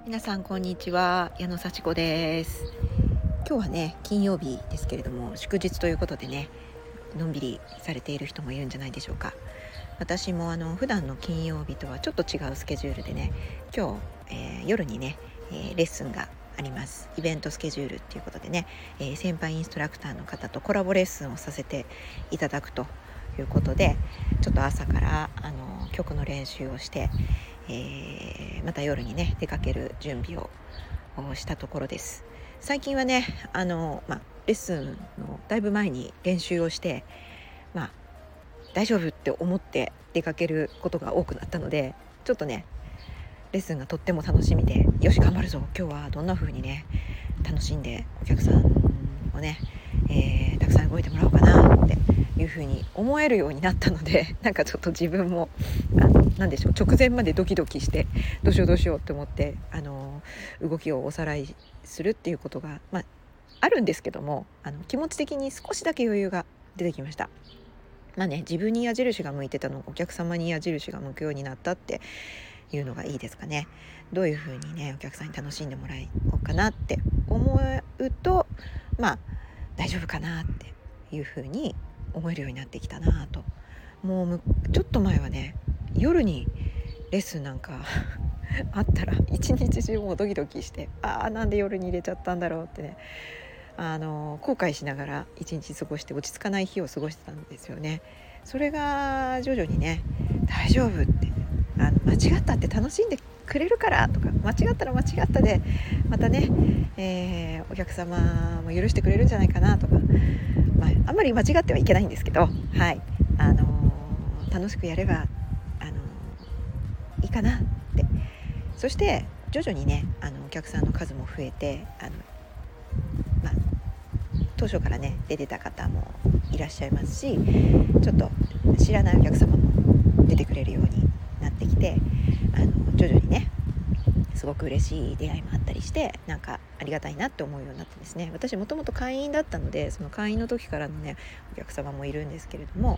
皆さんこんにちは、矢野幸子です。今日はね金曜日ですけれども、祝日ということでね、のんびりされている人もいるんじゃないでしょうか。私も普段の金曜日とはちょっと違うスケジュールでね、今日、夜にね、レッスンがあります。イベントスケジュールっていうことでね、先輩インストラクターの方とコラボレッスンをさせていただくということで、ちょっと朝から曲の練習をして、また夜にね出かける準備をしたところです。最近はねレッスンのだいぶ前に練習をして、大丈夫って思って出かけることが多くなったので、ちょっとねレッスンがとっても楽しみで、よし頑張るぞ、今日はどんな風にね楽しんでお客さんをね、たくさん動いてもらおうかなっていう風に思えるようになったので、なんかちょっと自分もなんでしょう、直前までドキドキしてどうしようって思って動きをおさらいするっていうことが、あるんですけども、気持ち的に少しだけ余裕が出てきました。自分に矢印が向いてたのをお客様に矢印が向くようになったっていうのがいいですかね。どういう風にねお客さんに楽しんでもらおうかなって思うと、大丈夫かなっていう風に思えるようになってきたなと。もうちょっと前はね、夜にレッスンなんかあったら一日中もうドキドキして、なんで夜に入れちゃったんだろうってね、後悔しながら一日過ごして、落ち着かない日を過ごしてたんですよね。それが徐々にね、大丈夫って、間違ったって楽しんでくれるからとか、間違ったら間違ったでまたね、お客様も許してくれるんじゃないかなとか、あんまり間違ってはいけないんですけど、はい、楽しくやれば、いいかなって。そして徐々にねお客さんの数も増えて、当初からね出てた方もいらっしゃいますし、ちょっと知らないお客様も出てくれるようになってきて、徐々にねすごく嬉しい出会いもあったりして、なんかありがたいなって思うようになってですね。私もともと会員だったので、その会員の時からのねお客様もいるんですけれども、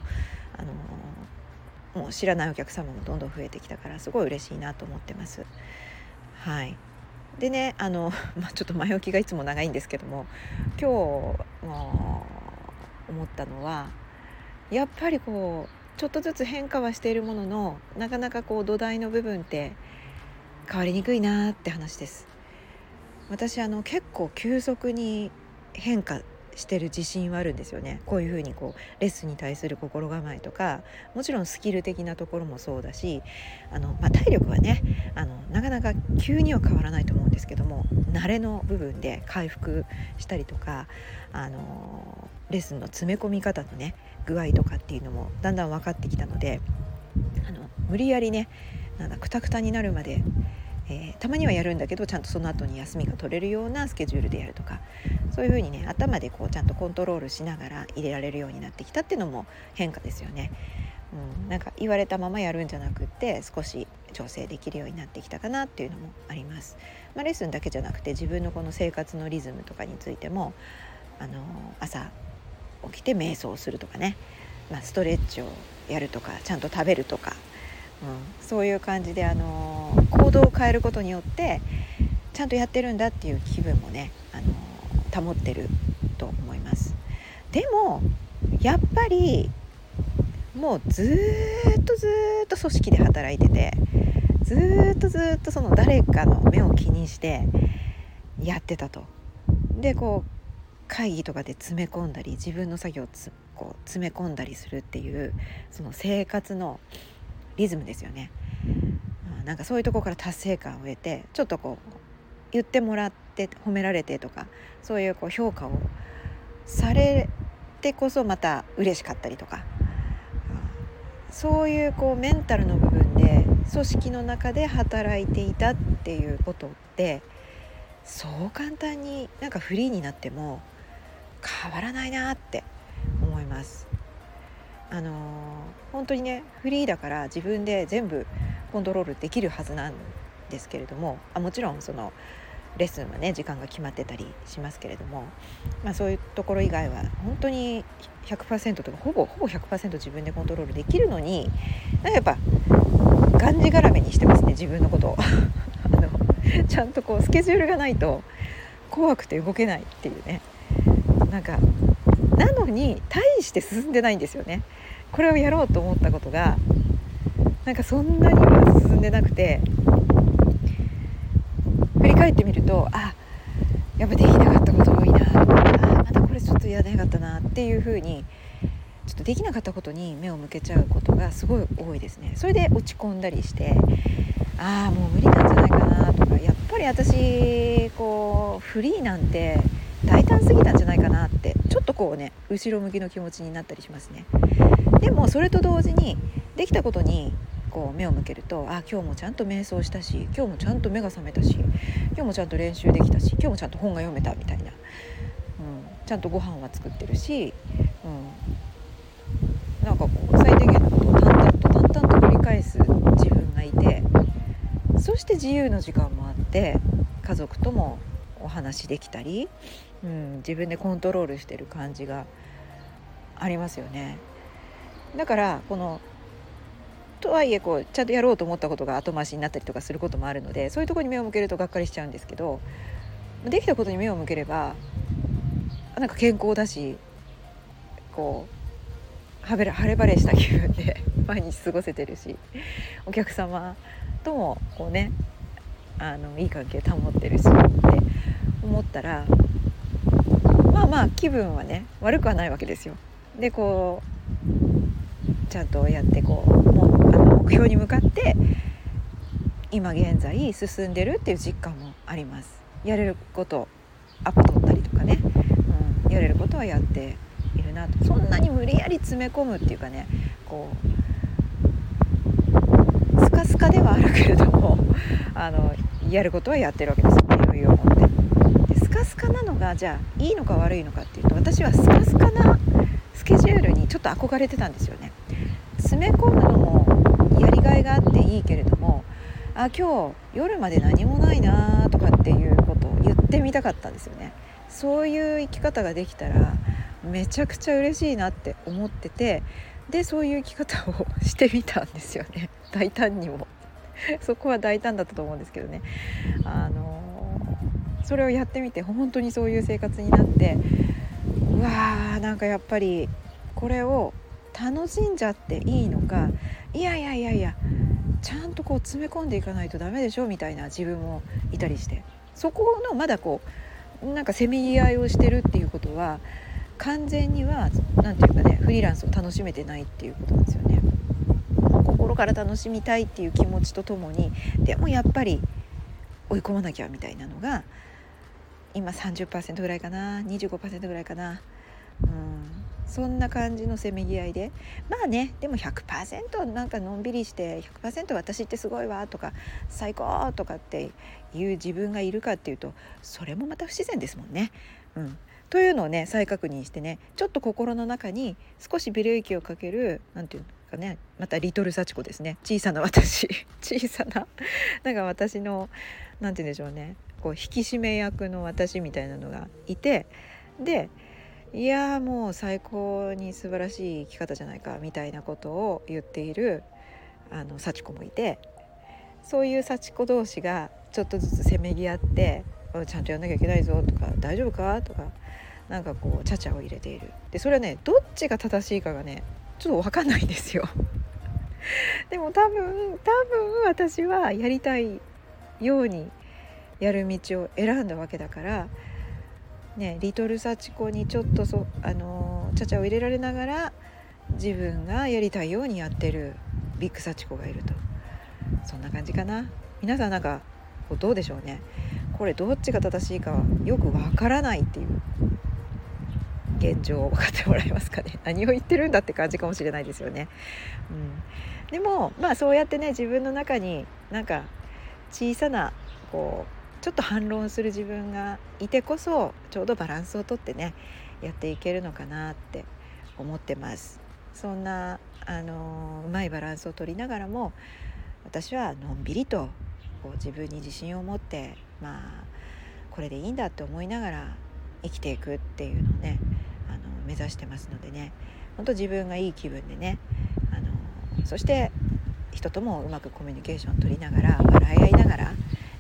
もう知らないお客様もどんどん増えてきたから、すごい嬉しいなと思ってます。はい。でねちょっと前置きがいつも長いんですけども、今日も思ったのは、やっぱりこうちょっとずつ変化はしているものの、なかなかこう土台の部分って変わりにくいなって話です。私結構急速に変化してる自信はあるんですよね。こういうふうにレッスンに対する心構えとか、もちろんスキル的なところもそうだし、体力はねなかなか急には変わらないと思うんですけども、慣れの部分で回復したりとか、レッスンの詰め込み方のね具合とかっていうのもだんだん分かってきたので、無理やりねクタクタになるまで、たまにはやるんだけど、ちゃんとその後に休みが取れるようなスケジュールでやるとか、そういう風にね頭でちゃんとコントロールしながら入れられるようになってきたっていうのも変化ですよね。なんか言われたままやるんじゃなくって、少し調整できるようになってきたかなっていうのもあります。レッスンだけじゃなくて、自分のこの生活のリズムとかについても、朝起きて瞑想するとかね、ストレッチをやるとか、ちゃんと食べるとか、そういう感じで行動を変えることによってちゃんとやってるんだっていう気分もね、保ってると思います。でもやっぱりもうずっと組織で働いてて、ずっとその誰かの目を気にしてやってたと。で会議とかで詰め込んだり、自分の作業を詰め込んだりするっていう、その生活のリズムですよね。なんかそういうところから達成感を得て、ちょっと言ってもらって褒められてとか、そういう評価をされてこそまた嬉しかったりとか、そういうメンタルの部分で組織の中で働いていたっていうことって、そう簡単になんかフリーになっても変わらないなって思います。本当にねフリーだから自分で全部コントロールできるはずなんですけれども、もちろんそのレッスンはね時間が決まってたりしますけれども、そういうところ以外は本当に 100% とかほぼ 100% 自分でコントロールできるのに、なんかやっぱがんじがらめにしてますね、自分のことをちゃんとこうスケジュールがないと怖くて動けないっていうね、なんかなのに大して進んでないんですよね。これをやろうと思ったことがなんかそんなには進んでなくて、振り返ってみるとやっぱできなかったこと多いなとか、またこれちょっとやれなかったなっていう風にちょっとできなかったことに目を向けちゃうことがすごい多いですね。それで落ち込んだりして、もう無理なんじゃないかなとか、やっぱり私こうフリーなんて大胆すぎたんじゃないかなってちょっとこうね後ろ向きの気持ちになったりしますね。でもそれと同時にできたことにこう目を向けると、今日もちゃんと瞑想したし、今日もちゃんと目が覚めたし、今日もちゃんと練習できたし、今日もちゃんと本が読めたみたいな、ちゃんとご飯は作ってるし、なんかこう最低限のことを淡々と繰り返す自分がいて、そして自由の時間もあって家族ともお話できたり、自分でコントロールしてる感じがありますよね。だからこのとはいえこうちゃんとやろうと思ったことが後回しになったりとかすることもあるので、そういうところに目を向けるとがっかりしちゃうんですけど、できたことに目を向ければなんか健康だし、こう晴れ晴れした気分で毎日過ごせてるし、お客様ともこうねいい関係保ってるしって思ったら、まあ気分はね悪くはないわけですよ。でこうちゃんとやってこう目標に向かって今現在進んでるっていう実感もあります。やれることアポ取ったりとかね、やれることはやっているなと。そんなに無理やり詰め込むっていうかね、こうスカスカではあるけれどもやることはやってるわけですよね、余裕を持って。でスカスカなのがじゃあいいのか悪いのかっていうと、私はスカスカなスケジュールにちょっと憧れてたんですよね。詰め込むのもやりがいがあっていいけれども、今日夜まで何もないなとかっていうことを言ってみたかったんですよね。そういう生き方ができたらめちゃくちゃ嬉しいなって思ってて、でそういう生き方をしてみたんですよね。大胆にもそこは大胆だったと思うんですけどね、それをやってみて本当にそういう生活になって、なんかやっぱりこれを楽しんじゃっていいのか、いやちゃんとこう詰め込んでいかないとダメでしょみたいな自分もいたりして、そこのまだこうなんかせめぎ合いをしてるっていうことは完全にはなんていうかね、フリーランスを楽しめてないっていうことなんですよね。心から楽しみたいっていう気持ちとともに、でもやっぱり追い込まなきゃみたいなのが今 30% ぐらいかな、 25% ぐらいかな、そんな感じのせめぎ合いで、でも 100% なんかのんびりして 100% 私ってすごいわとか最高とかっていう自分がいるかっていうと、それもまた不自然ですもんね。というのをね再確認してね、ちょっと心の中に少しブレーキをかける、なんていうかね、またリトル幸子ですね。小さな私小さななんか私のなんていうんでしょうね、こう引き締め役の私みたいなのがいて、でもう最高に素晴らしい生き方じゃないかみたいなことを言っている幸子もいて、そういう幸子同士がちょっとずつせめぎ合って、ちゃんとやんなきゃいけないぞとか大丈夫かとか、なんかこうちゃちゃを入れている。でそれはねどっちが正しいかがねちょっと分かんないんですよでも多分私はやりたいようにやる道を選んだわけだからね、リトル幸子にちょっとちゃちゃを入れられながら自分がやりたいようにやってるビッグ幸子がいると、そんな感じかな。皆さんなんかどうでしょうね。これどっちが正しいかはよくわからないっていう現状を分かってもらえますかね。何を言ってるんだって感じかもしれないですよね。でもそうやってね自分の中になんか小さなこうちょっと反論する自分がいてこそちょうどバランスをとってねやっていけるのかなって思ってます。そんなうまいバランスを取りながらも私はのんびりとこう自分に自信を持ってこれでいいんだって思いながら生きていくっていうのをね目指してますのでね、本当自分がいい気分でねそして人ともうまくコミュニケーションを取りながら笑い合いながら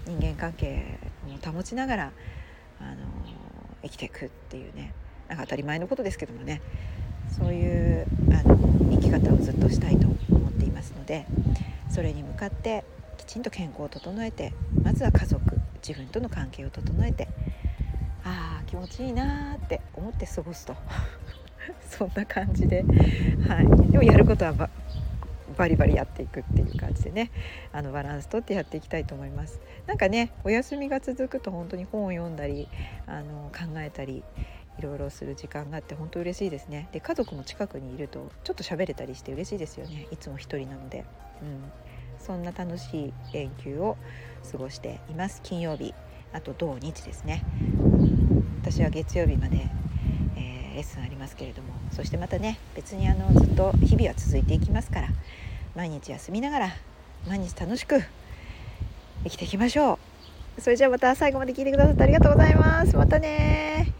人間関係を保ちながら生きていくっていうね、なんか当たり前のことですけどもね、そういう生き方をずっとしたいと思っていますので、それに向かってきちんと健康を整えて、まずは家族、自分との関係を整えて、気持ちいいなって思って過ごすとそんな感じで、でもやることはバリバリやっていくっていう感じでね、バランスとってやっていきたいと思います。なんかね、お休みが続くと本当に本を読んだり考えたりいろいろする時間があって本当嬉しいですね。で、家族も近くにいるとちょっと喋れたりして嬉しいですよね。いつも一人なので、そんな楽しい連休を過ごしています。金曜日、あと土日ですね。私は月曜日まで、レッスンありますけれども、そしてまたね、別にずっと日々は続いていきますから、毎日休みながら毎日楽しく生きていきましょう。それじゃあまた最後まで聞いてくださってありがとうございます。またね。